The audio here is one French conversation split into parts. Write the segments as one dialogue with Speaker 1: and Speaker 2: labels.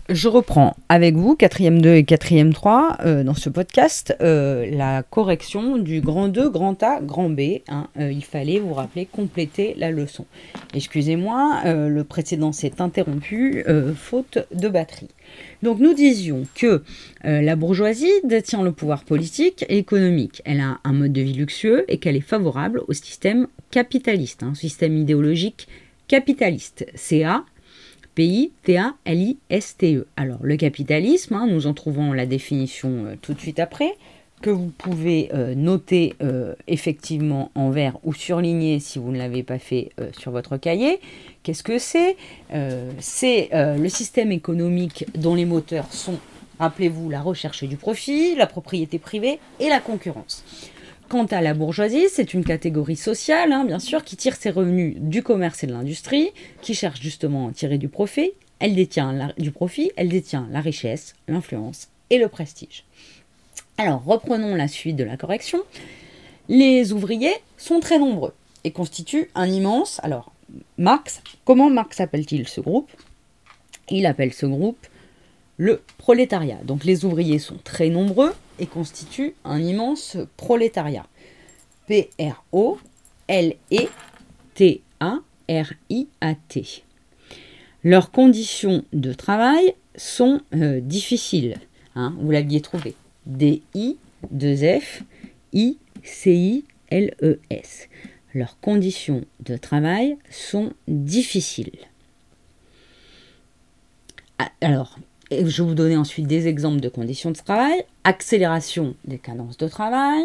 Speaker 1: Je reprends avec vous, 4e 2 et 4e 3, dans ce podcast, la correction du grand 2, grand A, grand B. Il fallait, vous rappeler, compléter la leçon. Excusez-moi, le précédent s'est interrompu, faute de batterie. Donc nous disions que la bourgeoisie détient le pouvoir politique et économique. Elle a un mode de vie luxueux et qu'elle est favorable au système capitaliste, système idéologique capitaliste, CA, P-I-T-A-L-I-S-T-E. Alors, le capitalisme, nous en trouvons la définition tout de suite après, que vous pouvez noter effectivement en vert ou surligner si vous ne l'avez pas fait sur votre cahier. Qu'est-ce que c'est ? C'est le système économique dont les moteurs sont, rappelez-vous, la recherche du profit, la propriété privée et la concurrence. Quant à la bourgeoisie, c'est une catégorie sociale, bien sûr, qui tire ses revenus du commerce et de l'industrie, qui cherche justement à tirer du profit. Elle détient la richesse, l'influence et le prestige. Alors, reprenons la suite de la correction. Les ouvriers sont très nombreux et constituent un immense... Alors, comment Marx appelle-t-il ce groupe ? Il appelle ce groupe le prolétariat. Donc les ouvriers sont très nombreux et constituent un immense prolétariat. P-R-O-L-E-T-A-R-I-A-T. Leurs conditions de travail sont difficiles. Vous l'aviez trouvé. D-I-2-F-I-C-I-L-E-S. Leurs conditions de travail sont difficiles. Alors, je vais vous donner ensuite des exemples de conditions de travail. Accélération des cadences de travail.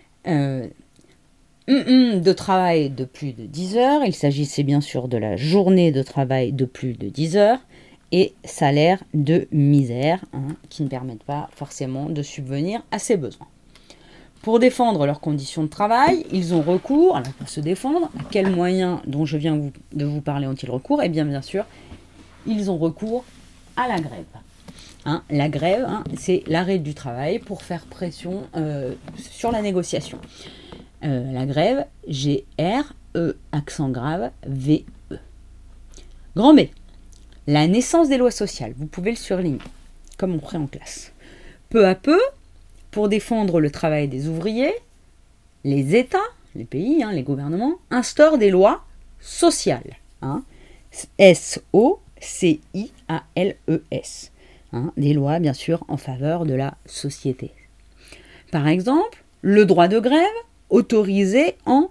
Speaker 1: De travail de plus de 10 heures. Il s'agissait bien sûr de la journée de travail de plus de 10 heures. Et salaire de misère, qui ne permettent pas forcément de subvenir à ses besoins. Pour défendre leurs conditions de travail, ils ont recours, alors pour se défendre, à quels moyens dont je viens de vous parler ont-ils recours ? Eh bien sûr, ils ont recours à la grève. La grève, c'est l'arrêt du travail pour faire pression sur la négociation. La grève, G-R-E, accent grave, V-E. Grand B, la naissance des lois sociales. Vous pouvez le surligner, comme on ferait en classe. Peu à peu, pour défendre le travail des ouvriers, les États, les pays, les gouvernements, instaurent des lois sociales. S-O-C-I-A-L-E-S. Des lois, bien sûr, en faveur de la société. Par exemple, le droit de grève autorisé en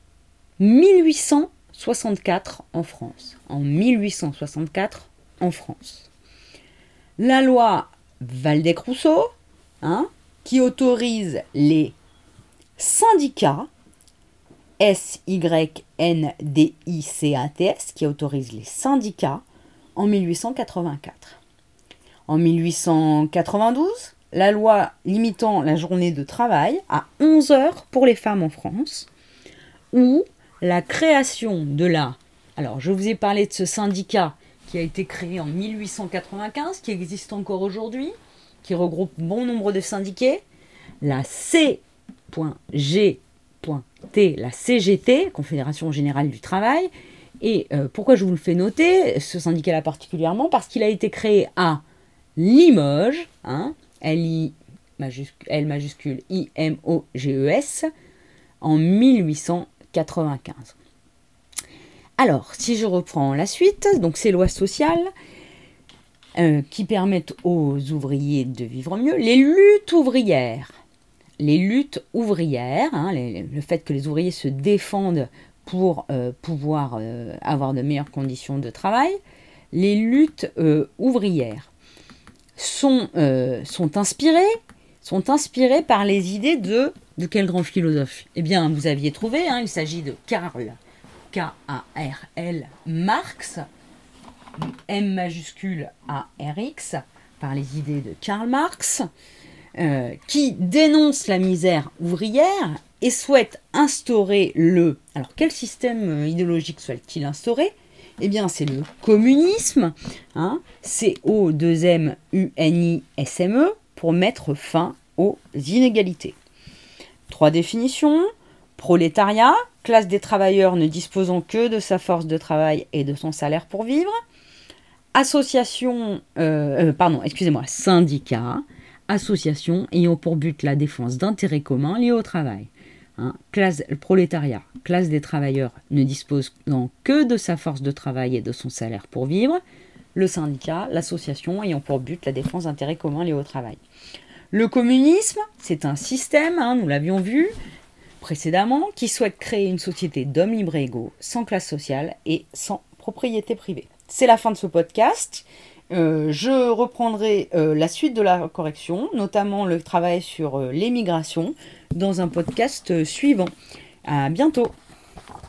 Speaker 1: 1864 en France. En 1864 en France. La loi Waldeck-Rousseau, qui autorise les syndicats, S-Y-N-D-I-C-A-T-S, qui autorise les syndicats en 1884. En 1892, la loi limitant la journée de travail à 11 heures pour les femmes en France, ou la création de la... Alors, je vous ai parlé de ce syndicat qui a été créé en 1895, qui existe encore aujourd'hui, qui regroupe bon nombre de syndiqués, la C.G.T, la CGT, Confédération Générale du Travail. Et pourquoi je vous le fais noter, ce syndicat-là particulièrement ? Parce qu'il a été créé à Limoges, L majuscule I-M-O-G-E-S, en 1895. Alors, si je reprends la suite, donc ces lois sociales qui permettent aux ouvriers de vivre mieux, les luttes ouvrières, le fait que les ouvriers se défendent pour pouvoir avoir de meilleures conditions de travail, les luttes ouvrières sont inspirées par les idées de quel grand philosophe ? Eh bien, vous aviez trouvé, il s'agit de Karl, K-A-R-L, Marx, M majuscule A-R-X, par les idées de Karl Marx, qui dénonce la misère ouvrière et souhaite instaurer Alors, quel système idéologique souhaite-t-il instaurer ? Eh bien, c'est le communisme, C-O-2-M-U-N-I-S-M-E, pour mettre fin aux inégalités. 3 définitions. Prolétariat, classe des travailleurs ne disposant que de sa force de travail et de son salaire pour vivre. Syndicat, association ayant pour but la défense d'intérêts communs liés au travail. Le prolétariat, classe des travailleurs ne disposant que de sa force de travail et de son salaire pour vivre. Le syndicat, l'association ayant pour but la défense d'intérêts communs liés au travail. Le communisme, c'est un système, nous l'avions vu précédemment, qui souhaite créer une société d'hommes libres et égaux, sans classe sociale et sans propriété privée. C'est la fin de ce podcast. Je reprendrai la suite de la correction, notamment le travail sur l'émigration, dans un podcast suivant. À bientôt.